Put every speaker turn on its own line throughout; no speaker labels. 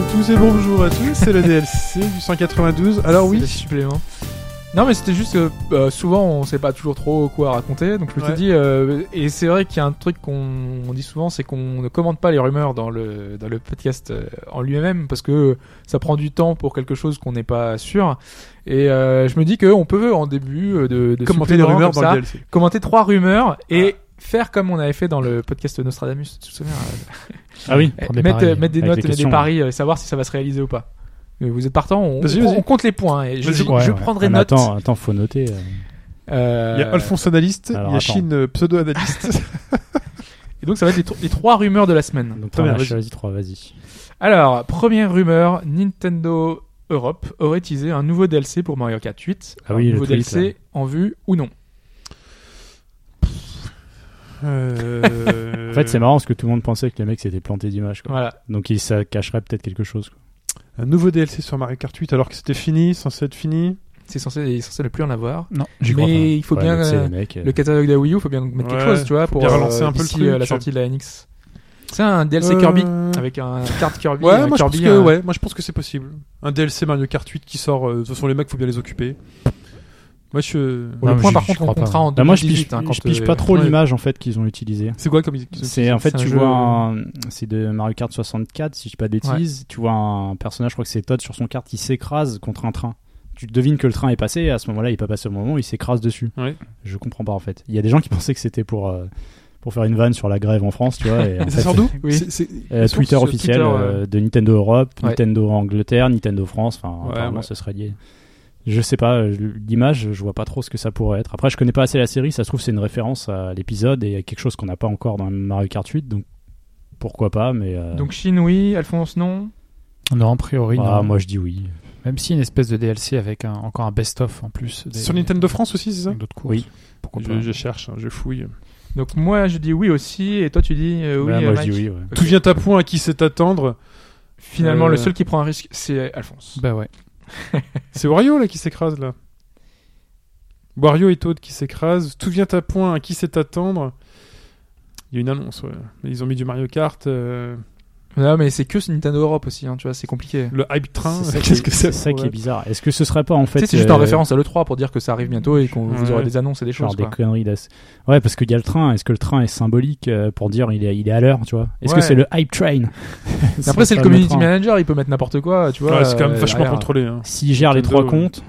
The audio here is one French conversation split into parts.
tous et bonjour à tous, c'est le DLC du 192. Alors oui,
c'est le supplément. Non mais c'était juste que souvent on sait pas toujours trop quoi raconter, donc je me suis dit et c'est vrai qu'il y a un truc qu'on dit souvent, c'est qu'on ne commente pas les rumeurs dans le podcast en lui-même parce que ça prend du temps pour quelque chose qu'on n'est pas sûr. Et je me dis qu'on peut en début de
commenter les rumeurs dans le DLC.
Commenter 3 rumeurs et faire comme on avait fait dans le podcast Nostradamus, tu te souviens
Ah oui,
mettre des notes,
des
des paris, savoir si ça va se réaliser ou pas. Vous êtes partant, on compte les points. Et je prendrai note.
Attends, faut noter.
Il y a Alphonse Analyste, il y a Chine Pseudo-Analyste.
Et donc ça va être les 3 rumeurs de la semaine.
Donc vas-y, 3, vas-y.
Alors, première rumeur, Nintendo Europe aurait teasé un nouveau DLC pour Mario Kart 8.
Ah oui,
un nouveau
le tweet,
DLC
là.
En vue ou non.
En fait, c'est marrant parce que tout le monde pensait que les mecs s'étaient plantés d'image.
Voilà.
Donc ça cacherait peut-être quelque chose. Quoi.
Un nouveau DLC sur Mario Kart 8 alors que c'était fini, censé être fini.
Il est censé ne plus en avoir.
Non, j'y crois pas.
Mais il faut bien le catalogue de la Wii U, il faut bien mettre quelque chose, tu vois, pour
relancer un peu le truc.
La sortie de la NX. C'est un DLC Kirby avec un carte Kirby.
Ouais, moi je pense que c'est possible. Un DLC Mario Kart 8 qui sort. De toute façon, les mecs, faut bien les occuper. Moi,
le point, par contre, on comptera en 2018.
Moi, je pige pas trop l'image en fait qu'ils ont utilisée.
C'est quoi comme
c'est en fait, tu vois, c'est de Mario Kart 64, si je dis pas de bêtises. Tu vois un personnage, je crois que c'est Todd sur son kart, qui s'écrase contre un train. Tu devines que le train est passé, et à ce moment-là, il est pas passé au moment où il s'écrase dessus.
Ouais.
Je comprends pas en fait. Il y a des gens qui pensaient que c'était pour faire une vanne sur la grève en France, tu vois. Et
ça sort d'où?
Twitter officiel de Nintendo Europe,
Ouais.
Nintendo Angleterre, Nintendo France. Enfin, apparemment, ce serait lié. Je sais pas, l'image, je vois pas trop ce que ça pourrait être. Après, je connais pas assez la série, ça se trouve c'est une référence à l'épisode et à quelque chose qu'on n'a pas encore dans Mario Kart 8, donc pourquoi pas, mais...
Donc Chine, oui, Alphonse, non.
Non, a priori, non.
Moi je dis oui.
Même si une espèce de DLC avec encore un best-of en plus.
Sur Nintendo France aussi, c'est ça?
D'autres courses.
Oui.
Pourquoi pas.
Je cherche, je fouille.
Donc moi je dis oui aussi, et toi tu dis oui.
Moi je
Mike.
dis oui, ouais.
Tout vient à point à qui c'est attendre.
Finalement, le seul qui prend un risque, c'est Alphonse.
Bah ouais.
C'est Wario là qui s'écrase là. Wario et Toad qui s'écrasent. Tout vient à point à qui c'est attendre. Il y a une annonce, ouais. Ils ont mis du Mario Kart.
Non, mais c'est que Nintendo Europe aussi, hein, tu vois, c'est compliqué.
Le hype train.
C'est ça qui est bizarre. Est-ce que ce serait pas en fait...
Tu sais, c'est juste en référence à l'E3 pour dire que ça arrive bientôt et qu'on vous aurez des annonces et des choses.
Des conneries Ouais, parce qu'il y a le train. Est-ce que le train est symbolique pour dire il est à l'heure, tu vois? Est-ce que c'est le hype train?
Après, c'est le community manager, il peut mettre n'importe quoi, tu vois.
Ouais, c'est quand même vachement contrôlé. Hein.
S'il gère les 3 comptes...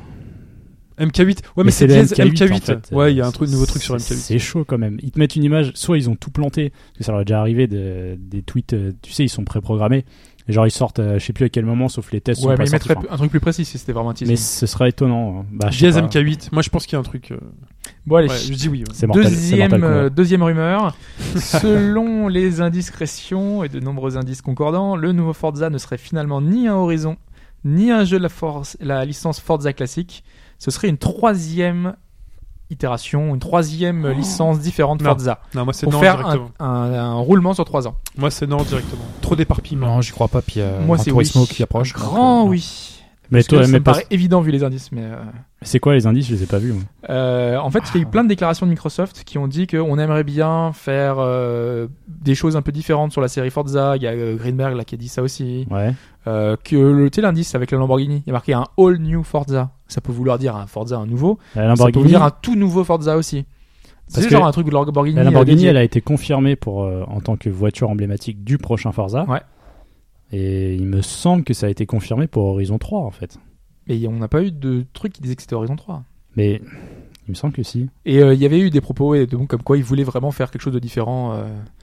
MK8, ouais, mais c'est
le
MK8.
En fait.
Ouais, il y a un nouveau truc sur MK8.
C'est chaud quand même. Ils te mettent une image, soit ils ont tout planté, parce que ça leur est déjà arrivé des tweets, tu sais, ils sont préprogrammés. Et genre ils sortent, je sais plus à quel moment, sauf les tests.
Ouais,
sont
mais
pas
ils mettraient un truc plus précis si c'était vraiment un teasing.
Mais ce serait étonnant.
Jazz MK8, moi je pense qu'il y a un truc.
Bon, allez,
je dis oui. Ouais.
C'est mortel,
deuxième rumeur. Selon les indiscrétions et de nombreux indices concordants, le nouveau Forza ne serait finalement ni un Horizon, ni un jeu de la licence Forza classique. Ce serait une 3e itération, une 3e licence différente de Forza.
Non, moi c'est
pour
non
faire
directement.
un roulement sur 3 ans.
Moi c'est non directement. Trop d'éparpillement.
Non, j'y crois pas. Puis
moi
Gran
c'est
Turismo
oui.
qui approche.
Grand oui.
Mais toi,
ça me paraît évident vu les indices, mais.
C'est quoi les indices? Je les ai pas vus. Moi.
En fait, il y a eu plein de déclarations de Microsoft qui ont dit qu'on aimerait bien faire des choses un peu différentes sur la série Forza. Il y a Greenberg là qui a dit ça aussi.
Ouais.
Que tu sais l'indice avec la Lamborghini, il y a marqué un all new Forza. Ça peut vouloir dire un Forza un nouveau.
La Lamborghini,
ça peut vouloir dire un tout nouveau Forza aussi. C'est genre un truc de Lamborghini.
La Lamborghini, elle a été confirmée en tant que voiture emblématique du prochain Forza.
Ouais.
Et il me semble que ça a été confirmé pour Horizon 3 en fait.
Mais on n'a pas eu de truc qui disait que c'était Horizon 3.
Mais il me semble que si.
Et il y avait eu des propos comme quoi ils voulaient vraiment faire quelque chose de différent,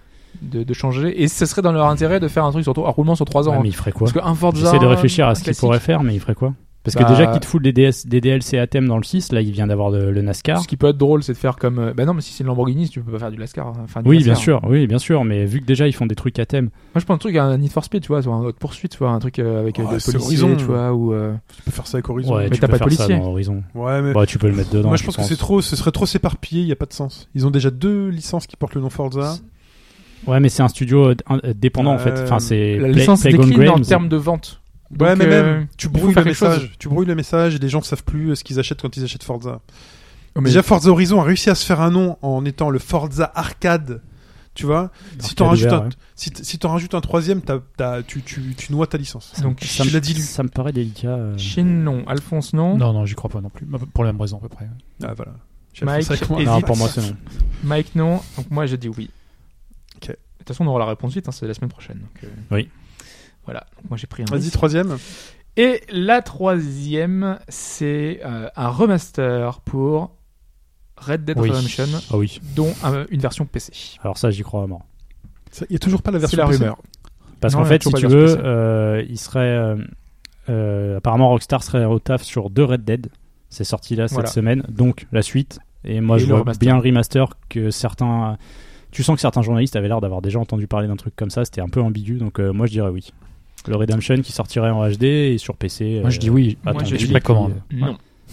de changer. Et ce serait dans leur intérêt de faire un truc surtout un roulement sur 3 ans.
Ouais, mais il ferait quoi?
Parce qu'un Forza.
J'essaie de réfléchir à ce qu'il
classique.
pourrait faire, mais il ferait quoi? Parce que déjà qu'il te fout des DLC à thème dans le 6, là il vient d'avoir le NASCAR.
Ce qui peut être drôle, c'est de faire comme. Bah non, mais si c'est une Lamborghini, tu peux pas faire du NASCAR. Enfin, du
oui,
NASCAR.
bien sûr, mais vu que déjà ils font des trucs à thème.
Moi je prends un truc, un Need for Speed, tu vois, soit un autre poursuite, tu vois, un truc avec des policiers,
Horizon,
tu vois, ou.
Tu peux faire ça avec Horizon.
Ouais,
mais
tu
t'as
peux
pas de
faire ça
policier.
dans Horizon.
Ouais, mais.
Bah, tu peux le mettre dedans.
Moi je pense que ce serait trop s'éparpiller, il y a pas de sens. Ils ont déjà 2 licences qui portent le nom Forza.
Ouais, mais c'est un studio dépendant en fait. Enfin, c'est
la licence décline en termes de vente. Donc,
ouais, mais même, tu brouilles le
message.
message. Tu brouilles le message et les gens ne savent plus ce qu'ils achètent quand ils achètent Forza.
Mais
déjà, Forza Horizon a réussi à se faire un nom en étant le Forza Arcade. Tu vois, si t'en rajoutes un troisième, tu noies ta licence.
Donc,
tu l'as dilué.
Ça me paraît délicat.
Chine, non. Alphonse, non.
Non, j'y crois pas non plus. Pour la même raison, à peu près.
Ah, voilà.
Mike,
Non, pour moi, c'est non.
Mike, non. Donc, moi, je dis oui.
Ok.
De toute façon, on aura la réponse vite, c'est la semaine prochaine. Donc,
oui.
Voilà. Donc, moi, j'ai pris un.
Vas-y, troisième.
Et la troisième, c'est un remaster pour Red Dead Redemption, dont une version PC.
Alors ça, j'y crois à mort.
Il n'y a toujours pas la version
PC. C'est la
PC.
rumeur.
Parce qu'en fait, si tu veux, il serait... apparemment, Rockstar serait au taf sur 2 Red Dead. C'est sorti là cette semaine, donc la suite. Et moi, je vois bien le remaster que certains... Tu sens que certains journalistes avaient l'air d'avoir déjà entendu parler d'un truc comme ça. C'était un peu ambigu, donc moi, je dirais oui. Le Redemption qui sortirait en HD et sur PC.
Moi, je dis oui.
Moi, je
dis précommande.
Non.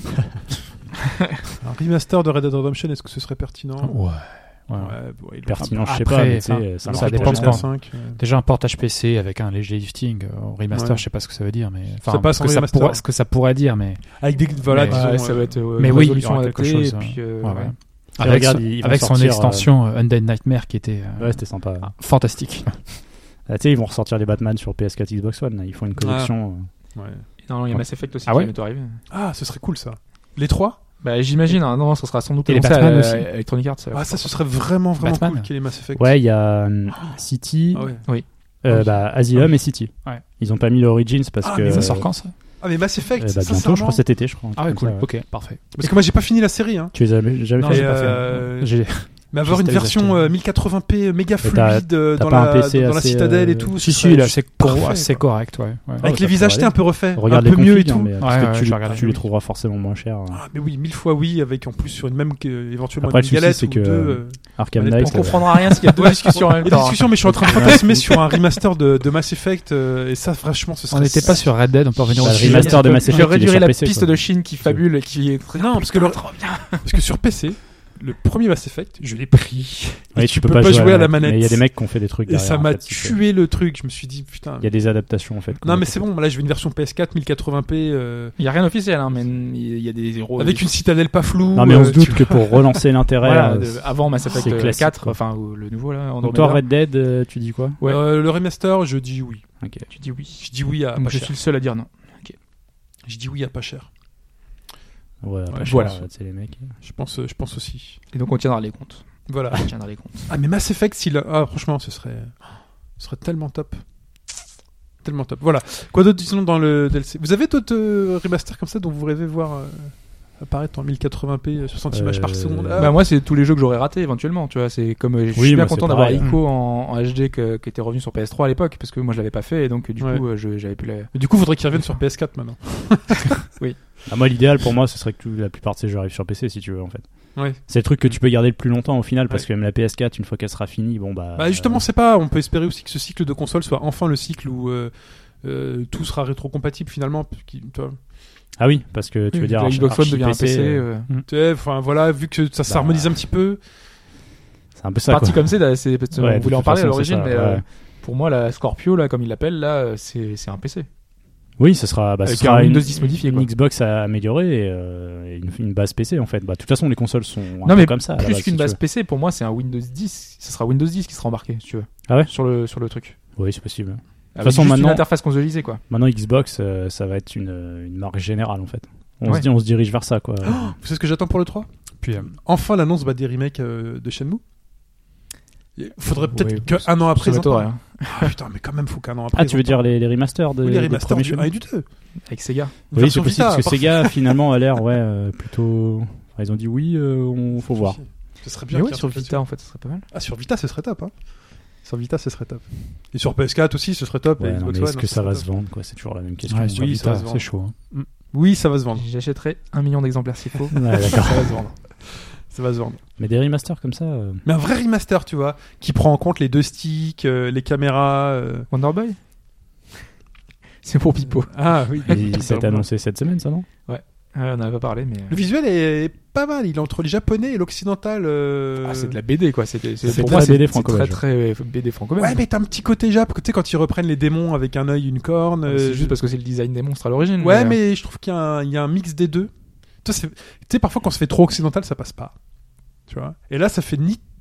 Un remaster de Red Dead Redemption, est-ce que ce serait pertinent ?
Ouais.
Pertinent, je sais pas, mais
ça dépend de quoi. Déjà un portage PC avec un léger lifting, remaster, je sais pas ce que ça veut dire, mais
ça passe en remaster.
Ce que ça pourrait dire, mais
avec des
ça va être
mais oui,
résolution
quelque
adaptée
chose.
Et puis,
avec son extension Undead Nightmare qui était
c'était sympa.
Fantastique.
Tu sais, ils vont ressortir les Batman sur PS4, Xbox One. Là. Ils font une collection.
Non, il y a Mass Effect aussi qui va arriver.
Ah, ce serait cool ça. Les 3 ?
Bah, j'imagine, non, ça sera sans doute
les Batman aussi.
Electronic Arts.
Ça, ce serait vraiment
Batman.
cool qu'il y ait les Mass Effect.
Ouais, il y a City, Asylum et City.
Ouais.
Ils ont pas mis l'Origins parce que.
Ça sort quand ça ?
Ah, mais Mass Effect,
bientôt, je crois cet été, je crois.
Ah ouais, cool. Ok, parfait.
Parce que moi, j'ai pas fini la série. Hein.
Tu les as jamais fait.
Mais avoir une version 1080p méga fluide dans la citadelle et tout.
Si, là, c'est correct, ouais.
Avec les visages un peu refaits, un
Regarde
peu mieux et tout.
Tu les trouveras forcément moins chers.
Ah, mais oui, 1000 fois oui, avec en plus sur une même éventuellement
une
galette
c'est
ou
que
deux.
Arkham Knight.
On comprendra rien s'il y a 2 discussions en même temps.
Il y a des discussions, mais je suis en train de fantasmer sur un remaster de Mass Effect et ça, franchement, ce serait.
On n'était pas sur Red Dead, on peut revenir au
remaster de Mass Effect.
Je réduirais la piste de Chine qui fabule et qui est très.
Non, parce que sur PC. Le premier Mass Effect, je l'ai pris.
Oui, tu peux pas jouer à la manette. Mais il y a des mecs qui ont fait des trucs derrière.
Et ça m'a tué le truc. Je me suis dit, putain.
Il y a des adaptations en fait.
Non, mais c'est bon. Là, je veux une version PS4 1080p.
Il y a rien d'officiel, hein, mais il y a des héros.
Avec une citadelle pas floue.
Non, mais on se doute que pour relancer l'intérêt.
Avant Mass Effect 4, enfin le nouveau là.
Donc toi, Red Dead, tu dis quoi ?
Le remaster, je dis oui.
Ok.
Tu dis oui.
Je dis oui à.
Moi, je suis le seul à dire non.
Je dis oui à pas cher.
Voilà, c'est les mecs.
Je pense aussi.
Et donc on tiendra les comptes.
Voilà.
On tiendra les comptes.
Ah, mais Mass Effect, franchement, ce serait tellement top. Tellement top. Voilà. Quoi d'autre, disons, dans le DLC ? Vous avez d'autres remasters comme ça dont vous rêvez voir apparaître en 1080p, 60 images par seconde ?
Bah, moi, c'est tous les jeux que j'aurais ratés éventuellement. Tu vois, c'est comme je suis bien content d'avoir Ico en HD qui était revenu sur PS3 à l'époque parce que moi je l'avais pas fait et donc du coup j'avais pu la.
Mais du coup, faudrait qu'il revienne sur PS4 maintenant.
Oui.
Moi, l'idéal pour moi, ce serait que la plupart de ces jeux arrivent sur PC si tu veux en fait.
Ouais.
C'est le truc que tu peux garder le plus longtemps au final parce que même la PS4, une fois qu'elle sera finie,
justement, c'est pas. On peut espérer aussi que ce cycle de console soit enfin le cycle où tout sera rétro-compatible finalement.
Ah oui, parce que tu veux dire
Xbox One devient un PC.
Enfin voilà, vu que ça s'harmonise un petit peu.
C'est un peu ça.
Parti comme c'est, on voulait en parler à l'origine, mais pour moi la Scorpio là, comme il l'appelle là, c'est un PC.
Oui, ce sera
un Windows 10 modifié,
une Xbox améliorée et une base PC en fait. De toute façon, les consoles sont comme ça.
Plus qu'une base PC, pour moi, c'est un Windows 10. Ce sera Windows 10 qui sera embarqué, si tu veux.
Ah ouais.
Sur le truc.
Oui, c'est possible.
De toute façon, maintenant, une interface consolisée quoi.
Maintenant, Xbox, ça va être une marque générale en fait. On se dirige vers ça quoi.
Vous savez ce que j'attends pour le 3 ? Puis enfin l'annonce des remakes de Shenmue. Il faudrait peut-être qu'un an après. Putain, mais quand même, faut qu'un an après.
Ah, tu veux dire les remasters
les remasters du 1 et du 2
avec Sega.
Oui, c'est possible parce que Sega finalement a l'air plutôt. Ils ont dit oui, faut voir.
Ce serait bien.
Sur Vita en fait, ce serait pas mal.
Ah, sur Vita, ce serait top. Sur Vita, ce serait top. Et sur PS4 aussi, ce serait top.
Mais est-ce que ça va se vendre quoi ? C'est toujours la même question.
Sur Vita, c'est chaud.
Oui, ça va se vendre.
J'achèterai 1 million d'exemplaires s'il faut.
D'accord.
Ça va se vendre.
Ça va se vendre.
Mais des remasters comme ça.
Mais un vrai remaster, tu vois, qui prend en compte les 2 sticks, les caméras.
Wonderboy. C'est pour Pipo.
Ah oui.
Il s'est annoncé cette semaine, ça non ?
Ouais. On n'avait pas parlé, mais.
Le visuel est pas mal. Il est entre le japonais et l'occidental.
C'est de la BD, quoi.
C'est
pour moi,
BD franco-belge.
C'est très BD franco-belge.
Ouais, mais t'as un petit côté Jap. Tu sais, quand ils reprennent les démons avec un œil, une corne.
C'est juste parce que c'est le design des monstres à l'origine.
Ouais, mais je trouve qu'il y a un mix des deux. Tu sais, parfois quand on se fait trop occidental, ça passe pas. Tu vois. Et là, ça fait ni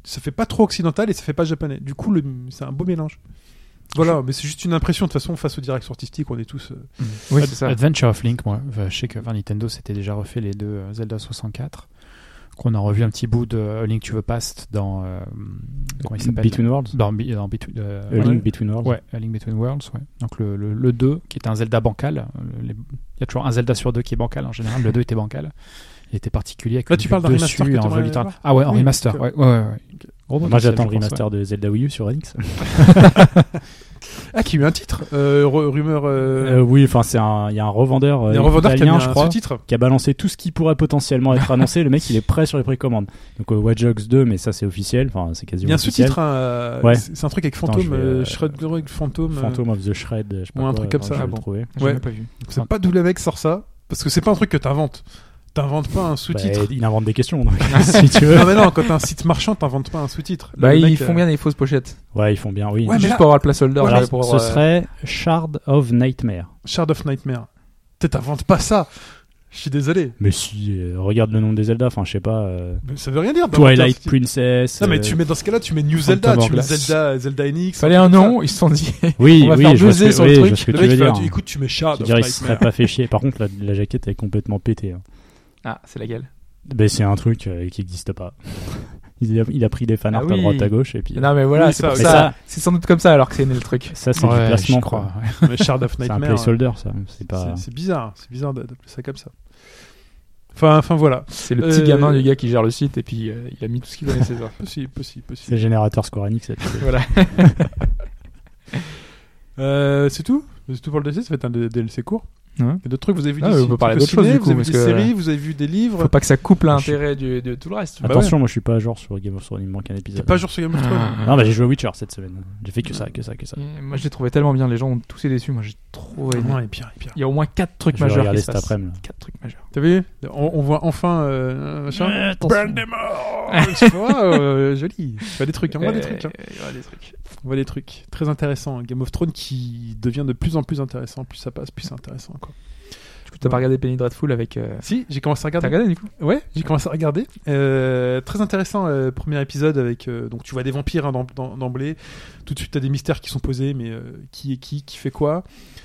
ça fait pas trop occidental et ça fait pas japonais. Du coup, c'est un beau mélange. Voilà, mais c'est juste une impression. De toute façon, face aux directions artistiques, on est tous.
Oui, c'est ça. Adventure of Link, moi, je sais que Nintendo s'était déjà refait les deux Zelda 64. Qu'on a revu un petit bout de A Link to the Past dans comment il s'appelle
Between Worlds.
Dans
Link Between Worlds.
Ouais, A Link Between Worlds. Ouais. Donc le 2, qui était un Zelda bancal. Il y a toujours un Zelda sur deux qui est bancal en général. Le 2 était bancal. Il était particulier. Avec
là, tu parles d'un remaster que
joli temps. Ah ouais, en remaster. Ouais. Okay.
Moi, j'attends le remaster de Zelda Wii U sur NX.
Ah, qui a eu un titre, rumeur.
Oui, enfin, il y a un revendeur, italien, je crois, qui a balancé tout ce qui pourrait potentiellement être annoncé. Le mec, il est prêt sur les précommandes. Donc, Watch Dogs 2, mais ça, c'est officiel. Enfin, c'est quasiment.
Il y a un
officiel.
sous-titre.
Ouais.
C'est un truc avec Phantom,
Phantom of the Shred, je sais pas
ou un
quoi,
truc comme ça.
Ah bon.
Ouais.
Pas vu.
C'est pas d'où le mec sort ça, parce que c'est pas un truc que t'inventes. T'inventes pas un sous-titre.
Bah, il invente des questions, donc, si tu veux.
Non, mais non, quand t'as un site marchand, t'inventes pas un sous-titre.
Bah, ils font bien des fausses pochettes.
Ouais, ils font bien, oui.
Ouais,
juste pour avoir le placeholder.
Alors, ce serait Shard of Nightmare.
Shard of Nightmare. T'inventes pas ça. Je suis désolé.
Mais si, regarde le nom des Zelda, enfin, je sais pas.
Mais ça veut rien dire.
Twilight Princess.
Non, mais tu mets dans ce cas-là, tu mets New Zelda, tu mets Zelda NX.
Fallait un nom, ils se sont dit.
Oui,
on va faire buzzer sur le truc.
Le mec, il fait, écoute, tu mets Shard of Nightmare.
Il serait pas fait chier. Par contre, la jaquette est complètement pétée.
Ah, c'est laquelle?
Ben, c'est un truc qui n'existe pas. Il a pris des fanarts à droite à gauche et puis.
Non mais voilà, c'est pour ça. C'est sans doute comme ça alors que c'est né le truc.
Ça c'est du placement,
quoi.
Mais Shard of Nightmare.
C'est un placeholder, ça. C'est pas.
C'est bizarre. C'est bizarre d'appeler ça comme ça. Enfin voilà.
C'est le petit gamin du gars qui gère le site et puis il a mis tout ce qu'il connaissait.
Possible.
C'est le générateur Square Enix.
Voilà.
C'est tout. C'est tout pour le DLC. Ça va être un DLC court.
Ouais.
Il y a d'autres trucs, vous avez vu
on peut parler d'autres choses du coup,
vous avez vu des séries, vous avez vu des livres.
Faut pas que ça coupe l'intérêt de tout le reste.
Attention, moi je suis pas à jour sur Game of Thrones, il me manque un épisode.
T'es pas à jour sur Game of Thrones?
Non, bah j'ai joué Witcher cette semaine. J'ai fait que ça.
Et moi je l'ai trouvé tellement bien, les gens ont tous été déçus, moi j'ai trop aimé.
Non, et pire.
Il y a au moins 4 trucs majeurs qui se passent.
4
trucs majeurs.
T'as vu? On voit enfin machin. Burn them all. Joli. Il y a des trucs, on voit des trucs. On voit des trucs très intéressants. Game of Thrones qui devient de plus en plus intéressant, plus ça passe, plus c'est intéressant quoi.
T'as pas regardé Penny Dreadful avec...
Si, j'ai commencé à regarder.
T'as regardé du coup?
Ouais, j'ai commencé à regarder. Très intéressant, premier épisode avec... donc tu vois des vampires d'emblée. Tout de suite t'as des mystères qui sont posés, mais qui est qui fait quoi.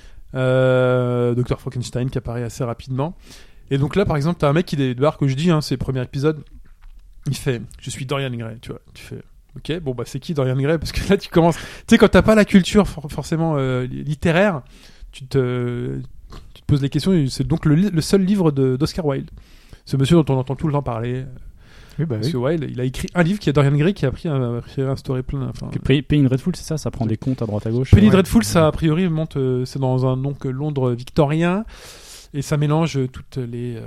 Dr Frankenstein qui apparaît assez rapidement. Et donc là par exemple t'as un mec qui débarque, je dis, c'est le premier épisode. Il fait, je suis Dorian Gray, tu vois. Tu fais... Ok, bon bah c'est qui Dorian Gray? Parce que là tu commences... Tu sais quand t'as pas la culture forcément littéraire, tu te poses les questions. C'est donc le seul livre d'Oscar Wilde. Ce monsieur dont on entend tout le temps parler.
Oui, bah
Parce que Wilde, il a écrit un livre qui est Dorian Gray qui a appris à instaurer plein...
Penny Dreadful, c'est ça? Ça prend des comptes à droite à gauche.
Penny Dreadful, ça a priori monte... c'est dans un Londres victorien. Et ça mélange toutes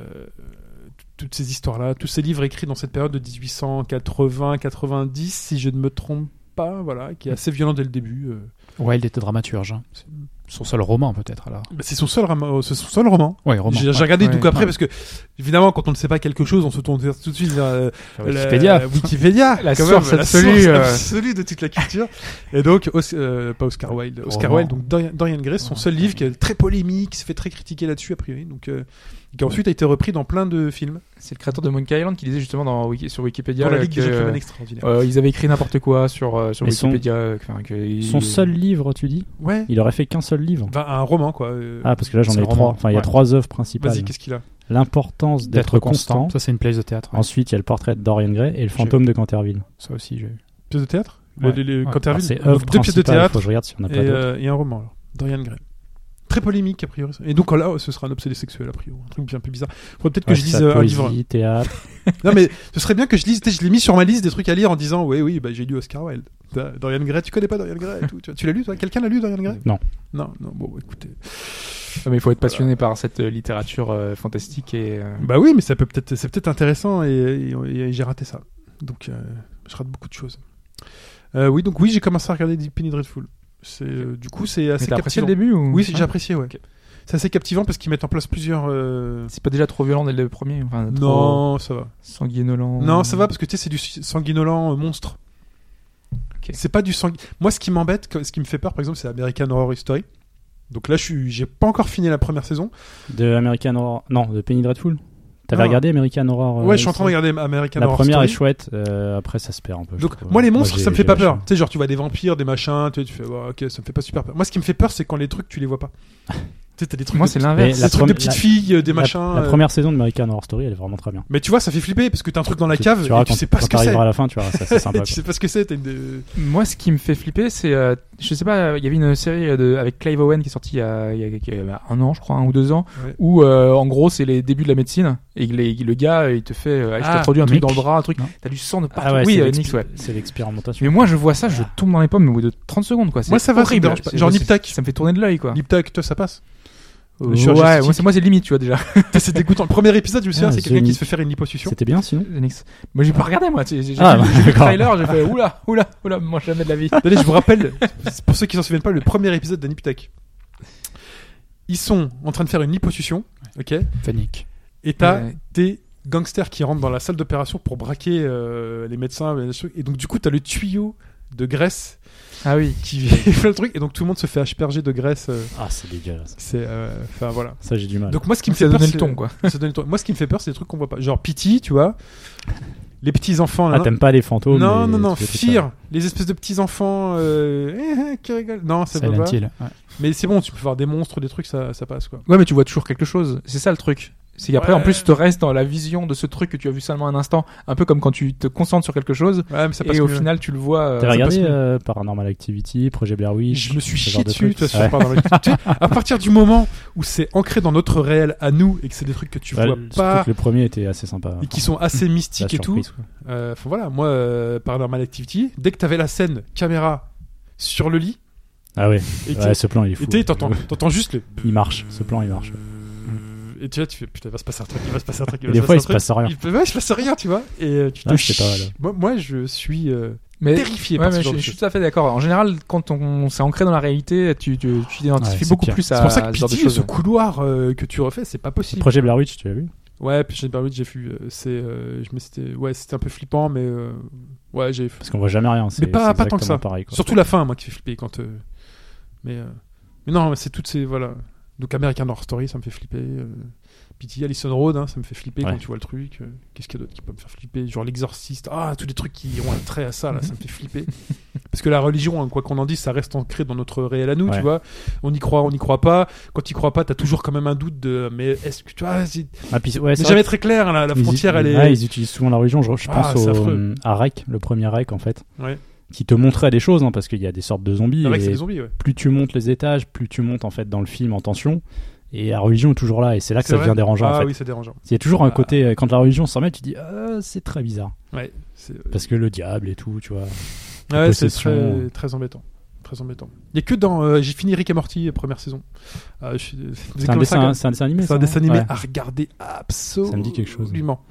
ces histoires-là, tous ces livres écrits dans cette période de 1880-90, si je ne me trompe pas, voilà, qui est assez violent dès le début.
Wilde était dramaturge. Son seul roman, peut-être, alors.
Bah, c'est son seul roman.
Ouais, roman.
J'ai regardé donc après, parce que, évidemment, quand on ne sait pas quelque chose, on se tourne tout de suite vers
Wikipédia.
La source absolue de toute la culture. Et donc, pas Oscar Wilde. Oscar Wilde, donc Dorian Gray, son seul livre qui est très polémique, qui s'est fait très critiquer là-dessus, a priori. Donc, qui ensuite a été repris dans plein de films.
C'est le créateur de Monkey Island qui disait justement sur Wikipédia.
Pour la Ligue des Gentlemen extraordinaires.
Ils avaient écrit n'importe quoi sur Wikipédia.
Son seul livre, tu dis?
Ouais.
Il aurait fait qu'un seul livre.
Enfin, un roman, quoi.
Ah, parce que là, j'en ai 3. Enfin, il y a 3 œuvres principales.
Vas-y, qu'est-ce qu'il a?
L'importance d'être constant.
Ça, c'est une pièce de théâtre. Ouais.
Ensuite, il y a le portrait de Dorian Gray et le fantôme de Canterville.
Ça aussi, j'ai vu.
Pièce de théâtre?
Ouais.
Canterville.
C'est œuvre
2 pièces de théâtre.
Faut que je regarde si on n'a pas d'autres.
Et un roman, alors. Dorian Gray. Très polémique, a priori. Et donc là, ce sera un obsédé sexuel, a priori. Un truc bien plus bizarre. Faudrait peut-être que je lise un livre.
Théâtre.
Non, mais ce serait bien que je lise. Je l'ai mis sur ma liste des trucs à lire en disant oui, bah, j'ai lu Oscar Wilde. Dorian Gray, tu connais pas Dorian Gray et tout. Tu l'as lu, toi? Quelqu'un l'a lu, Dorian Gray?
Non.
Bon, écoutez.
Mais il faut être passionné par cette littérature fantastique et.
Bah oui, mais c'est peut-être intéressant et j'ai raté ça. Donc, je rate beaucoup de choses. Oui, j'ai commencé à regarder Penny Dreadful. Du coup, c'est assez captivant.
T'as apprécié le début ou...
Oui, j'ai apprécié, ouais. Okay. C'est assez captivant parce qu'ils mettent en place plusieurs.
C'est pas déjà trop violent dès le premier? Enfin,
non, ça va.
Sanguinolent.
Non, ça va parce que tu sais, c'est du sanguinolent monstre.
Okay.
C'est pas du Moi, ce qui m'embête, ce qui me fait peur, par exemple, c'est American Horror Story. Donc là, j'ai pas encore fini la première saison.
De American Horror. Non, de Penny Dreadful. T'avais regardé American Horror
Ouais, je suis en train de regarder American
La
Horror
première
Story.
est chouette, après ça se perd un peu.
Donc,
je trouve.
moi, les monstres,
j'ai-
ça me fait
j'ai
pas
lâché.
peur. Tu sais, genre, tu vois des vampires, des machins, tu fais, ouais, ok, ça me fait pas super peur. Moi, ce qui me fait peur, c'est quand les trucs, tu les vois pas. Tu sais, t'as des trucs.
Moi,
de
c'est
petits-
l'inverse.
Mais
Des trucs de petites filles, des
La-
machins.
La première saison de American Horror Story, elle est vraiment très bien.
Mais tu vois, ça fait flipper parce que t'as un truc dans la cave
Tu
et
verras
tu sais pas ce que c'est.
t'arriveras à la fin, tu verras, ça, c'est sympa.
Tu sais pas ce que c'est. T'as
Moi, ce qui me fait flipper, c'est, je sais pas, il y avait une série avec Clive Owen qui est sortie il y a un an, je crois, 1 ou 2 ans,
Ouais.
où en gros c'est les débuts de la médecine et le gars il te fait, je t'introduis un truc
Nick.
dans le bras, un truc,
Non.
t'as du sang de partout.
Ah ouais,
oui,
c'est
Nix, ouais.
c'est l'expérimentation.
Mais moi, je vois ça, je tombe dans les pommes au bout de 30 secondes, quoi. C'est
Moi, ça va, ça me
horrible.
dérange pas. Genre Nip Tuck.
Ça me fait tourner de l'œil, quoi.
Nip Tuck, toi, ça passe.
Ouais,
chirurgie esthétique.
moi c'est limite, tu vois, déjà.
C'est dégoûtant. Le premier épisode, je me souviens,
Ah,
c'est quelqu'un
The
qui se fait faire une liposuction.
C'était bien sinon.
Nix. Moi, j'ai pas regardé, moi. J'ai vu
Ah, bah,
le
d'accord.
trailer, j'ai fait oula, moi jamais de la vie.
Allez, je vous rappelle, pour ceux qui s'en souviennent pas, le premier épisode de Nip Tuck. Ils sont en train de faire une liposuction, ok,
Panique.
et t'as
Ouais.
des gangsters qui rentrent dans la salle d'opération pour braquer les médecins, les trucs. Et donc du coup t'as le tuyau de graisse
Ah oui.
qui fait le truc, et donc tout le monde se fait asperger de graisse.
Ah, c'est dégueulasse.
C'est, enfin voilà.
Ça, j'ai du mal.
Donc moi ce qui me
Ça
fait peur,
donnait
c'est
le ton, quoi.
ça donne le ton. Moi ce qui me fait peur, c'est des trucs qu'on voit pas. Genre Pity, tu vois, les petits enfants.
Ah, t'aimes pas les fantômes?
Non,
mais
non,
tu fais tout
Fear, les espèces de petits enfants qui rigolent. Non, ça va
Silent
pas.
Hill. Ouais.
Mais c'est bon, tu peux voir des monstres, des trucs, ça passe quoi.
Ouais, mais tu vois toujours quelque chose. C'est ça le truc. C'est qu'après,
Ouais.
en plus, tu te restes dans la vision de ce truc que tu as vu seulement un instant. Un peu comme quand tu te concentres sur quelque chose
Ouais, mais ça passe
et au
mieux.
final, tu le vois.
T'as regardé
passe
Paranormal Activity, Projet Blair Witch?
Je me suis
ce
chié
genre de
dessus,
trucs.
toi, sur
Ouais.
Paranormal Activity. Tu sais, à partir du moment où c'est ancré dans notre réel à nous et que c'est des trucs que tu
Ouais,
vois
surtout
pas
que le premier était assez sympa.
et qui sont assez
La
mystiques et tout.
surprise, quoi.
Enfin voilà, moi, Paranormal Activity, dès que t'avais la scène caméra sur le lit,
Ah ouais.
et
Ouais, ce plan il est fou.
et t'entends juste le.
Il marche. Ce plan il marche.
Et tu vois, tu fais putain, il va se passer un truc, il va se passer un truc.
Et des fois il se passe rien.
Ouais, il se passe rien, tu vois. Et tu te
Ah, c'est pas mal.
Moi, je suis
Mais
terrifié
ouais,
par ce
mais
genre
je
de
suis
choses.
tout à fait d'accord. En général, quand on s'est ancré dans la réalité, tu t'identifies
Ouais,
beaucoup
c'est pire.
plus à
C'est pour ça que
ce genre de
Pity,
choses.
ce couloir que tu refais, c'est pas possible.
Projet Blair Witch, tu l'as vu?
Ouais, puis chez Blair Witch, j'ai vu. C'était un peu flippant, mais ouais, j'ai.
Parce qu'on voit jamais rien.
Mais pas tant que ça.
Pareil, quoi.
Surtout la fin, moi, qui fait flipper quand. Mais non, c'est toutes ces voilà. Donc American Horror Story, ça me fait flipper. Pity, Allison Road, hein, ça me fait flipper
Ouais.
quand tu vois le truc. Qu'est-ce qu'il y a d'autre qui peut me faire flipper? Genre l'Exorciste. Ah, tous les trucs qui ont un trait à ça, là, ça me fait flipper. Parce que la religion, hein, quoi qu'on en dise, ça reste ancré dans notre réel à nous,
Ouais.
tu vois. On y croit pas. Quand tu y crois pas, t'as toujours quand même un doute de. Mais est-ce que tu vois, c'est
Ah, puis, ouais, c'est
jamais
vrai
très clair. Hein, la
qu'ils-
frontière, elle est.
Ouais, ils utilisent souvent la religion. Je
Ah,
pense
c'est affreux.
à Rec, le premier Rec en fait,
Ouais.
qui te montrait des choses, hein, parce qu'il y a des sortes de zombies.
C'est vrai que
et
c'est des zombies, ouais.
plus tu montes les étages, plus tu montes en fait dans le film en tension. Et la religion est toujours là, et c'est là que
C'est
ça
vrai
devient dérangeant.
Ah
en fait.
oui, c'est dérangeant.
Il y a toujours un
Ah.
côté quand la religion s'en met, tu dis c'est très bizarre,
Ouais.
parce que le diable et tout, tu vois.
Ouais, c'est
possession.
très embêtant. Très embêtant. Il y a que dans. J'ai fini Rick et Morty, première saison.
C'est un dessin animé.
C'est
ça,
un
non
dessin animé
Ouais.
à regarder absolument.
Ça me dit quelque chose.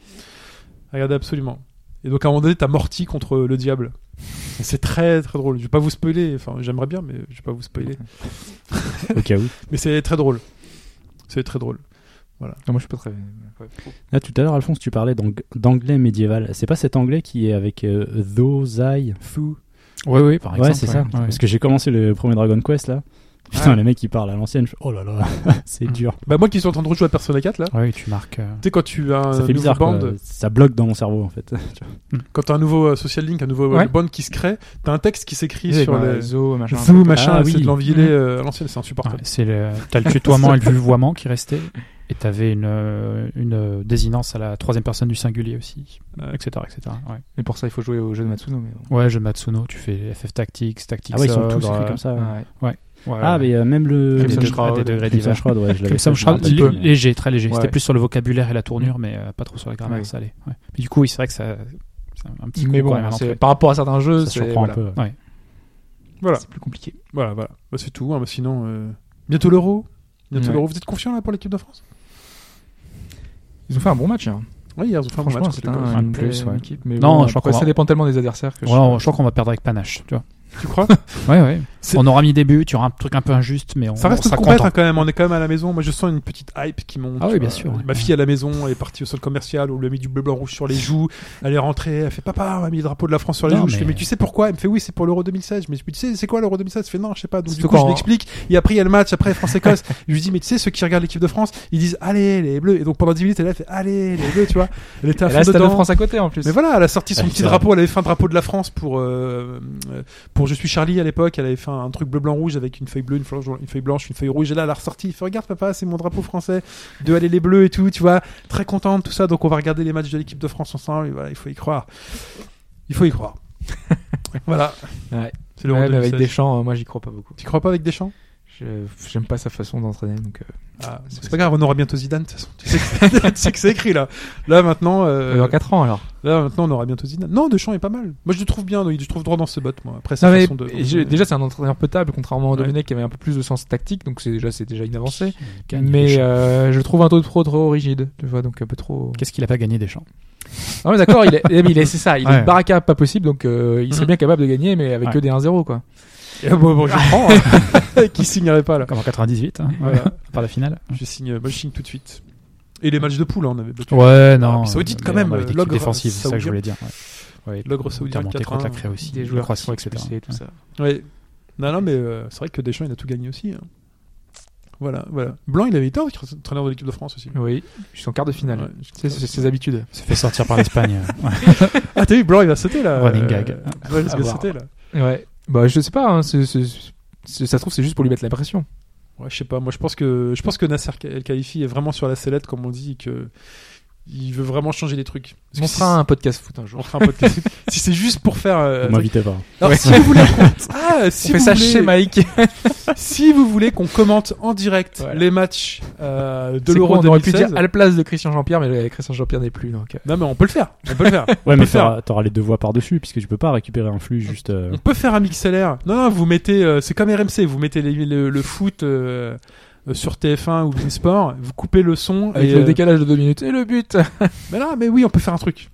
À regarder absolument. Et donc à un moment donné, t'as Morty contre le diable. Et c'est très très drôle. Je vais pas vous spoiler. Enfin, j'aimerais bien, mais je vais pas vous spoiler.
Au cas où.
Mais c'est très drôle. C'est très drôle.
Non, moi, je suis pas très. Ouais.
Là, tout à l'heure, Alphonse, tu parlais d'anglais médiéval. C'est pas cet anglais qui est avec Those I Foo?
Oui, par exemple.
Ouais, c'est ça.
Ouais.
Parce que j'ai commencé le premier Dragon Quest là. Putain, les mecs qui parlent à l'ancienne, je fais, oh là là, c'est dur.
Bah moi qui suis en train de rejouer à Persona 4 là.
Oui, tu marques.
Tu sais quand tu as un
Ça fait
nouveau
bizarre,
band,
quoi. Ça bloque dans mon cerveau en fait.
quand t'as un nouveau social link, un nouveau
Ouais.
band qui se crée, t'as un texte qui s'écrit
Et
sur
bah,
les
Zo, machin.
Zoo, machin,
Ah,
c'est
oui.
de l'enviler à l'ancienne, c'est insupportable.
Ouais, t'as le tutoiement et le vouvoiement qui restaient. Et t'avais une désinence à la troisième personne du singulier aussi,
Ouais.
etc. Ouais.
Et pour ça, il faut jouer au jeu de Matsuno. Mais bon.
Ouais, jeu de Matsuno, tu fais FF Tactics, Tactics
Ah ouais, ils sont tous
Ogre,
écrits comme ça.
Ouais.
ouais,
Ah, mais même le.
à des
Crimson
degrés-
Shroud,
à des degrés
Crimson
divers.
Shroud, ouais, je l'avais
Crimson
fait, je me
Shroud,
rappelle plus, mais-
léger, très léger.
Ouais.
C'était plus sur le vocabulaire et la tournure, mais pas trop sur la grammaire,
Ouais.
ça allait. Ouais. Mais du coup, oui, c'est vrai que ça, c'est un petit coup
Mais bon,
quand même à
c'est-
l'entrée.
par rapport à certains jeux,
Ça
c'est
surprend
voilà.
un peu.
Ouais.
Voilà,
C'est plus compliqué.
voilà. Bah, c'est tout. Hein, mais sinon, bientôt l'Euro.
Ouais.
Vous êtes confiants là pour l'équipe de France?
Ils ont fait un bon match. Hein.
Oui, ils ont fait un bon
Franchement,
match.
c'est
contre l'Écosse.
une
plus,
belle
ouais.
équipe. Mais
Non,
bon,
je crois
après,
qu'on
ça
va-
dépend tellement des adversaires que
Ouais, je crois qu'on va perdre avec panache, tu vois.
Tu crois?
Ouais. On aura mis des buts, il y aura un truc un peu injuste, mais
ça reste
sera
compète
content.
quand même. On est quand même à la maison. Moi, je sens une petite hype qui monte.
Ah oui, bien sûr.
Ma fille à la maison est partie au centre commercial, on lui a mis du bleu, blanc, rouge sur les joues. Elle est rentrée, elle fait papa, on a mis le drapeau de la France sur les joues. Je fais mais tu sais pourquoi? Elle me fait oui, c'est pour l'Euro 2016. Mais tu sais c'est quoi l'Euro 2016? Je fais non, je sais pas. Donc du coup, je lui explique. Et après il y a le match, après France-Écosse. Je lui dis mais tu sais ceux qui regardent l'équipe de France, ils disent allez les bleus. Et donc pendant 10 minutes, elle fait allez les bleus, tu vois. Elle était à fond
Stade de
dedans.
France à côté en plus.
Mais voilà, elle a sorti son petit drapeau, elle avait fait un drapeau de la France pour Je suis Charlie à l'époque, elle avait fait un truc bleu blanc rouge avec une feuille bleue, une feuille blanche, une feuille rouge, et là elle a ressorti, il fait regarde papa, c'est mon drapeau français, de aller les bleus et tout, tu vois, très contente tout ça, donc on va regarder les matchs de l'équipe de France ensemble, et voilà, il faut y croire. Voilà.
Ouais.
C'est l'Euro 2016.
Avec Deschamps, moi j'y crois pas beaucoup.
Tu crois pas avec Deschamps?
J'aime pas sa façon d'entraîner, donc.
C'est pas grave, on aura bientôt Zidane de toute façon. Tu sais que c'est écrit là. Là maintenant.
Dans 4 ans alors.
Là maintenant on aura bientôt Zidane. Non, Deschamps est pas mal. Moi je le trouve bien, je le trouve droit dans ses bottes. Moi. Après sa façon de.
Déjà c'est un entraîneur potable, contrairement à Domenech qui avait un peu plus de sens tactique, donc c'est déjà une avancée. Mais je trouve un taux de pro trop rigide, tu vois, donc un peu trop.
Qu'est-ce qu'il a pas gagné Deschamps?
Ah mais d'accord, c'est ça, il est une baraka pas possible, donc il serait bien capable de gagner, mais avec que des 1-0 quoi.
Et bon, je prends. Qui signerait pas là?
Comme en 98, voilà. Par la finale.
Je signe tout de suite. Et les matchs de poule, on avait battu.
Ouais, non.
Saoudite quand même.
L'ogre défensive, c'est ça que je voulais dire.
Ouais. L'ogre saoudien 4-1.
Contre la craie aussi.
Des joueurs qui sont expulsés et tout ça.
Ouais. Non, mais c'est vrai que Deschamps, il a tout gagné aussi. Hein. Voilà. Blanc, il avait été entraîneur de l'équipe de France aussi.
Oui, jusqu'en quart de finale. C'est ses habitudes.
Il s'est fait sortir par l'Espagne.
Ah, t'as vu, Blanc, il va sauter là.
Running gag.
Ouais, il va sauter là.
Ouais. Bah, je sais pas, hein, ça se trouve, c'est juste pour lui mettre la pression.
Ouais, je sais pas. Moi, je pense que Nasser El Khelaifi est vraiment sur la sellette, comme on dit, et que il veut vraiment changer les trucs.
On fera un podcast foot un jour.
On fera un podcast foot. Si c'est juste pour faire.
Vous m'invitez pas.
Alors, si vous voulez
on fait ça chez Mike.
Si vous voulez qu'on commente en direct les matchs de l'Euro 2016,
on aurait pu dire à la place de Christian Jean-Pierre, mais Christian Jean-Pierre n'est plus. Donc.
Non, mais on peut le faire.
Ouais, mais t'auras les deux voix par-dessus, puisque tu peux pas récupérer un flux juste.
On peut faire un MixLR. Non, vous mettez. C'est comme RMC. Vous mettez le foot. Sur TF1 ou Sport, vous coupez le son
avec le décalage de 2 minutes et le but.
mais oui, on peut faire un truc.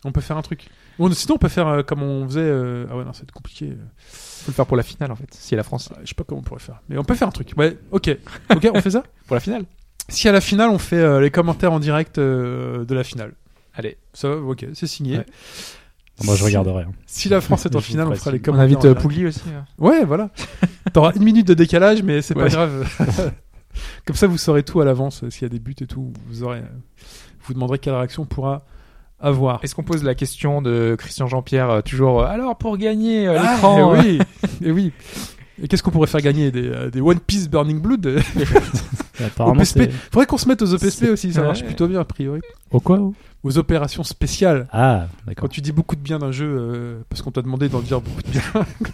Bon, sinon on peut faire comme on faisait. Ah ouais, non, c'est compliqué.
Faut le faire pour la finale en fait. Si la France.
Je sais pas comment on pourrait faire, mais on peut faire un truc. Ouais, ok, on fait ça
pour la finale.
Si à la finale on fait les commentaires en direct de la finale.
Allez,
ça, ok, c'est signé.
Ouais. Moi, je regarderai.
Si la France est en finale, on fera les commentaires.
On invite Pougli aussi.
Ouais, voilà. T'auras 1 minute de décalage, mais c'est pas grave. Comme ça, vous saurez tout à l'avance. S'il y a des buts et tout, vous demanderez quelle réaction on pourra avoir.
Est-ce qu'on pose la question de Christian Jean-Pierre toujours alors pour gagner l'écran
et oui. Et qu'est-ce qu'on pourrait faire gagner des One Piece Burning Blood
Apparemment,
OPSP. Faudrait qu'on se mette aux OPSP aussi, ça marche plutôt bien a priori.
Au quoi
Aux opérations spéciales.
Ah, d'accord.
Quand tu dis beaucoup de bien d'un jeu, parce qu'on t'a demandé d'en dire beaucoup de bien.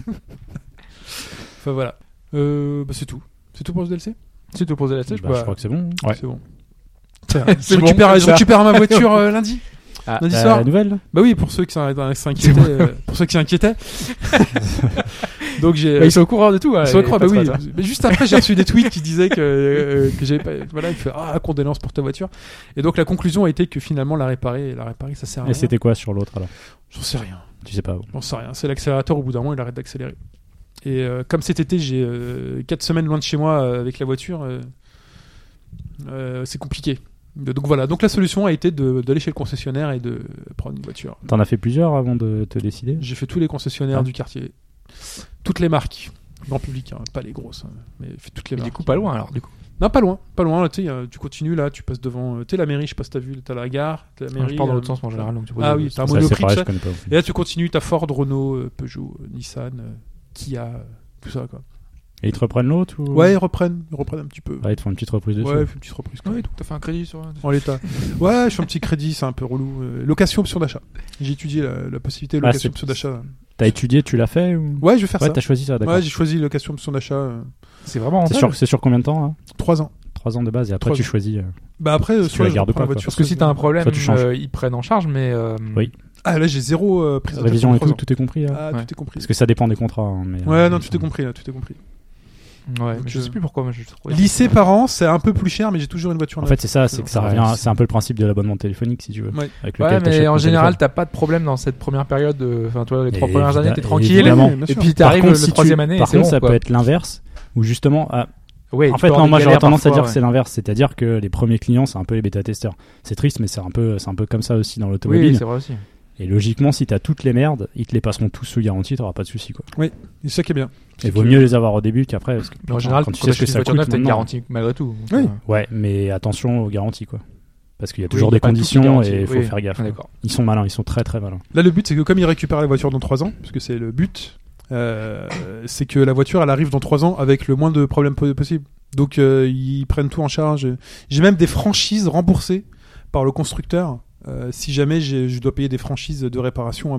Enfin voilà. C'est tout. C'est tout pour ce DLC.
C'est tout pour ce DLC.
Je crois que c'est bon.
Ouais. C'est bon. Je
Je
récupère ma voiture lundi. Lundi soir.
La nouvelle.
Bah oui, pour ceux qui s'inquiétaient. Donc
ils sont au courant de tout.
Ils sont au courant. Bah oui. Mais juste après, j'ai reçu des tweets qui disaient que j'avais pas. Voilà, il fait condoléances pour ta voiture. Et donc la conclusion a été que finalement la réparer, ça sert à rien.
Et c'était quoi sur l'autre alors?
J'en sais rien.
Tu sais pas.
J'en sais rien. C'est l'accélérateur. Au bout d'un moment, il arrête d'accélérer. Et comme cet été, j'ai 4 semaines loin de chez moi avec la voiture, c'est compliqué. Donc voilà, donc la solution a été d'aller chez le concessionnaire et de prendre une voiture.
T'en as fait plusieurs avant de te décider?
J'ai fait tous les concessionnaires du quartier, toutes les marques, grand public, pas les grosses, mais fait toutes les marques.
Du coup, pas loin alors, du coup.
Non, pas loin. Tu continues là, tu passes devant. T'es la mairie, je sais pas si t'as vu, t'as la gare, t'as la mairie.
Je pars dans l'autre sens en général. Donc tu
oui, t'as un Monoprix.
Et
là, tu continues, t'as Ford, Renault, Peugeot, Nissan, Kia, tout ça quoi.
Et ils te reprennent l'autre ou...
Ouais, ils reprennent un petit peu.
Ouais, ils te font une petite reprise dessus.
Ouais, une petite reprise.
Ouais, donc t'as fait un crédit sur...
En l'état. Ouais, je fais un petit crédit, c'est un peu relou. Location, option d'achat. J'ai étudié la possibilité de location, option d'achat.
T'as étudié, tu l'as fait ou...
Ouais, je vais faire ça.
Ouais, t'as choisi ça, d'accord.
Ouais, j'ai choisi location, option d'achat.
C'est vraiment...
C'est sur combien de temps hein
3 ans.
3 ans de base et après tu choisis...
Bah après,
si tu la gardes pas,
voiture.
Parce que si t'as un problème, ils prennent en charge, mais...
Oui.
Ah là, j'ai zéro prise en
révision et tout est compris là.
Ah, tout est compris.
Parce que ça dépend des contrats. Mais,
ouais, non, tout est compris là, tout est compris.
Ouais,
Donc,
mais je sais plus pourquoi. Moi, je trouve.
Lycée par an, c'est un peu plus cher, mais j'ai toujours une voiture
En
neuve.
fait, c'est ça, c'est que ça
Ouais,
revient. C'est un peu le principe de l'abonnement téléphonique, si tu veux.
Ouais.
Avec
Ouais,
lequel
mais
t'achètes
en
ton
général,
téléphone.
t'as pas de problème dans cette première période. Enfin, toi, les 3
Et
premières années, t'es tranquille.
évidemment.
Oui, bien
Et
sûr.
puis
Par
t'arrives
contre,
le
si tu-
troisième année.
Par
c'est
contre,
bon,
ça
quoi.
peut être l'inverse, où justement,
Ouais,
en
tu
fait,
peux avoir
non,
des
moi j'aurais
galères
tendance à
parfois,
dire que
ouais.
c'est l'inverse, c'est-à-dire que les premiers clients, c'est un peu les bêta-testeurs. C'est triste, mais c'est un peu comme ça aussi dans l'automobile.
Oui, c'est vrai aussi.
Et logiquement, si t'as toutes les merdes, ils te les passeront tous sous garantie, t'auras pas de soucis, quoi.
C'est ça qui est bien.
Et vaut mieux les avoir au début qu'après, parce que
Mais en général,
quand
quand
tu sais ce que
tu
ça
voiture
coûte
neuve, t'as une
maintenant.
garantie malgré tout. Donc,
Oui.
Ouais, mais attention aux garanties, quoi. Parce qu'il y a
Oui,
toujours
il y a
des
pas toutes les
conditions
garanties.
et il faut
Oui,
faire gaffe.
on est
quoi.
d'accord.
Ils sont malins, ils sont très très malins.
Là, le but, c'est que comme ils récupèrent la voiture dans 3 ans, parce que c'est le but, c'est que la voiture, elle arrive dans 3 ans avec le moins de problèmes possible. Donc, ils prennent tout en charge. J'ai même des franchises remboursées par le constructeur si jamais je dois payer des franchises de réparation à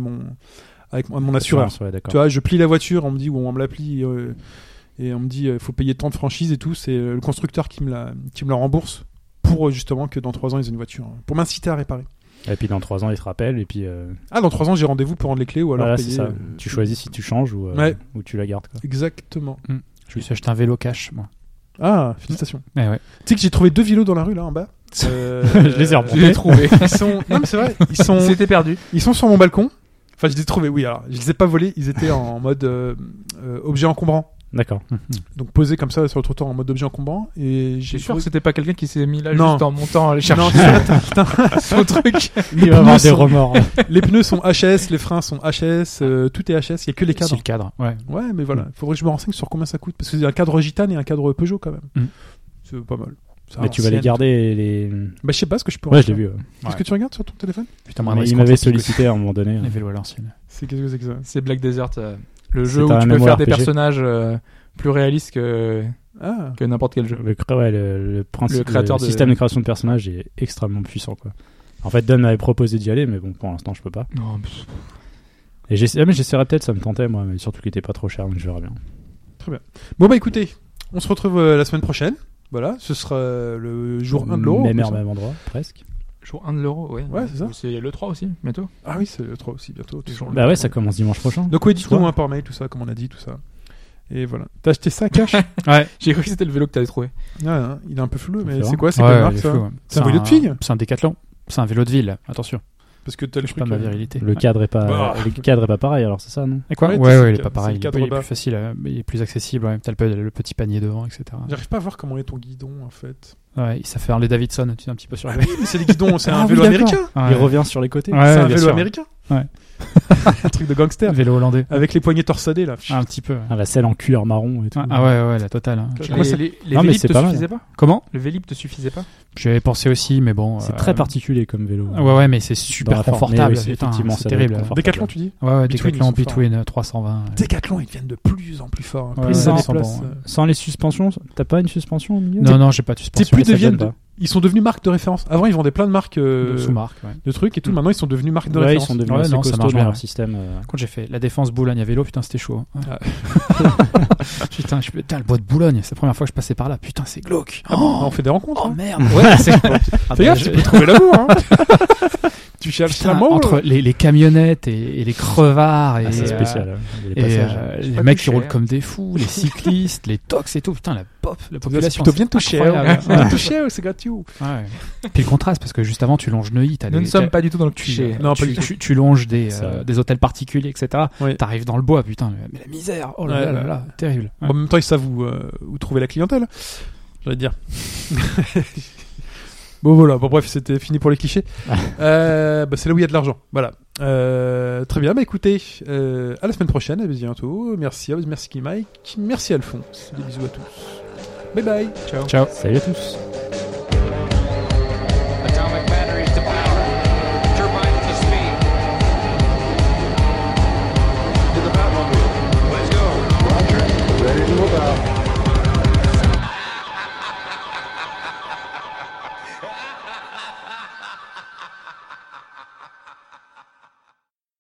mon assureur.
Ouais, d'accord.
Tu vois, je plie la voiture, on me dit, ou on me la plie, et on me dit, il faut payer tant de franchises et tout. C'est le constructeur qui me la rembourse pour justement que dans 3 ans, ils aient une voiture. Pour m'inciter à réparer.
Et puis dans 3 ans, ils te rappellent, et puis
Dans 3 ans, j'ai rendez-vous pour rendre les clés ou alors
voilà, c'est
payer.
ça. Tu choisis si tu changes ou tu la gardes, quoi.
Exactement.
Je me suis acheté un vélo cash, moi.
Ah, félicitations.
Eh ouais.
Tu sais que j'ai trouvé 2 vélos dans la rue là en bas.
Je les ai remontés.
Je l'ai trouvé.
Ils sont. Non mais c'est vrai.
C'était perdu.
Ils sont sur mon balcon. Enfin, je les ai trouvés. Oui, alors je les ai pas volés. Ils étaient en mode objet encombrant.
D'accord.
Donc posés comme ça sur le trottoir en mode objet encombrant. Et
J'ai
j'ai
sûr que c'était pas quelqu'un qui s'est mis là
Non.
juste en montant à aller
Non,
chercher
putain,
son truc.
Il va avoir des
sont-
remords.
les pneus sont HS, les freins sont HS, tout est HS. Il y a que les
C'est
cadres.
le cadre, ouais.
Ouais, mais voilà. Faudrait que je me renseigne sur combien ça coûte parce que c'est un cadre gitane et un cadre Peugeot quand même.
Mm.
C'est pas mal. C'est
Mais tu vas les
ancien.
garder les.
Bah je sais pas ce que je peux.
Ouais, je l'ai vu. Ouais.
Qu'est-ce que tu regardes sur ton téléphone?
Putain,
Mais il m'avait sollicité à un moment donné.
Les vélos à l'ancienne.
C'est qu'est-ce que c'est que ça?
C'est Black Desert, le
C'est
jeu où
un
tu peux faire des
MMORPG.
personnages plus réalistes que
Ah.
n'importe quel jeu.
Le principe,
Le créateur de-
système de création de personnages est extrêmement puissant, quoi. En fait, Don m'avait proposé d'y aller, mais bon, pour l'instant, je peux pas.
Non,
Et mais j'essaierai peut-être, ça me tentait, moi, mais surtout qu'il était pas trop cher, donc je verrai bien.
Bon bah écoutez, on se retrouve la semaine prochaine. Voilà, ce sera le jour 1 de l'euro.
Même
en
heure,
plus, hein.
même endroit, presque.
jour 1 de l'euro, ouais.
Ouais, c'est ça.
C'est le 3 aussi, bientôt.
Ah oui, c'est le 3 aussi bientôt.
Toujours
toujours.
Bah ouais, ça commence dimanche prochain.
Donc ouais, dites-nous
Soit.
par mail tout ça, comme on a dit, tout ça. Et voilà. T'as acheté ça, Cash?
Ouais.
J'ai cru que c'était le vélo que t'avais trouvé.
Hein, il est un peu flou, mais
C'est
c'est
vrai.
quoi? C'est
Ouais,
quelle
il
marque
est
ça?
flou, ouais.
C'est un vélo de fille?
C'est un Décathlon. C'est un vélo de ville, attention.
Parce que t'as le
C'est
truc.
pas ma virilité.
Le cadre est pas,
Bah.
le cadre est pas pareil, alors c'est ça, non?
Et quoi?
Ouais,
Ouais,
c'est
il est
le
pas pareil.
c'est
Il
le
est,
cadre
il est
bas.
plus facile, il est plus accessible. Ouais. T'as le petit panier devant, etc.
J'arrive pas à voir comment est ton guidon en fait.
Ouais, ça fait Harley Davidson, tu sais, un petit peu sur la
Oui, mais c'est les guidons, c'est un
Ah oui,
vélo
d'accord.
américain.
Il revient sur les côtés.
Ouais,
C'est un
bien
vélo
sûr.
américain.
Ouais.
Un truc de gangster.
Vélo hollandais.
Avec les poignets torsadés là.
Un petit peu.
Ah, la selle en cuir marron et tout.
Ah ouais, la totale. Hein.
Les-
Les, les
Non, mais
Vélib
c'est
te
pas mal.
suffisaient pas
Comment?
Le Vélib te suffisait pas
J'y avais pensé aussi, mais bon.
C'est très particulier comme vélo.
Ouais, mais c'est
Dans
super
la forme.
confortable.
Mais oui,
Putain,
effectivement,
c'est
ça doit être
terrible.
confortable.
Décathlon, tu dis?
Ouais,
Between,
Decathlon
ils sont forts.
Between 320.
Décathlon, ils deviennent de plus en plus forts.
Ouais,
Plus ça
ouais,
les
ils sont
place.
bons,
Sans les suspensions, t'as pas une suspension au milieu?
Non, j'ai pas de suspension.
plus
Ça
deviennent
donne
de-
pas.
Ils sont devenus marque de référence. Avant, ils vendaient plein de marques
De sous-marque, ouais.
de trucs et tout. Maintenant, ils sont devenus marque de
Ouais, ils
référence.
sont devenus
Ouais,
assez
non, ça
costauds
marche
dans
bien,
leur
ouais.
système.
Quand j'ai fait la défense Boulogne à vélo, putain, c'était chaud. Hein.
Ah.
Putain, le bois de Boulogne, c'est la première fois que je passais par là. Putain, c'est glauque.
Ah bon, on fait des rencontres.
Oh
hein.
merde. Ouais, c'est.
Fais gaffe, tu peux trouver l'amour. Hein. Tu cherches
Putain,
l'amour.
entre les camionnettes et les crevards et,
Ah, c'est spécial. hein. Les
et,
passages.
les
pas
mecs qui
touché,
roulent
hein.
comme des fous, les cyclistes, les tox et tout. Putain, la
C'est
population.
plutôt bien touché.
incroyable.
Bien touché, c'est gratuit.
Ouais. Puis le contraste, parce que juste avant, tu longes Neuilly, t'as
Nous
des-
ne sommes
t'as-
pas du tout dans le
tu,
cliché.
Non, pas
tu,
du tout.
tu longes
Ça.
des hôtels particuliers, etc.
Oui.
T'arrives dans le bois, putain, mais la misère. Oh là
Ouais,
là là
ouais.
là, terrible. Ouais.
En même temps, ils savent où trouver la clientèle. J'allais dire. Bon voilà, bon bref, c'était fini pour les clichés. Bah, c'est là où il y a de l'argent. Voilà. Très bien, bah écoutez, à la semaine prochaine, à bientôt. Merci à vous, merci Mike, merci Alphonse. Des bisous à tous. Bye bye.
Ciao.
Ciao.
Salut à tous.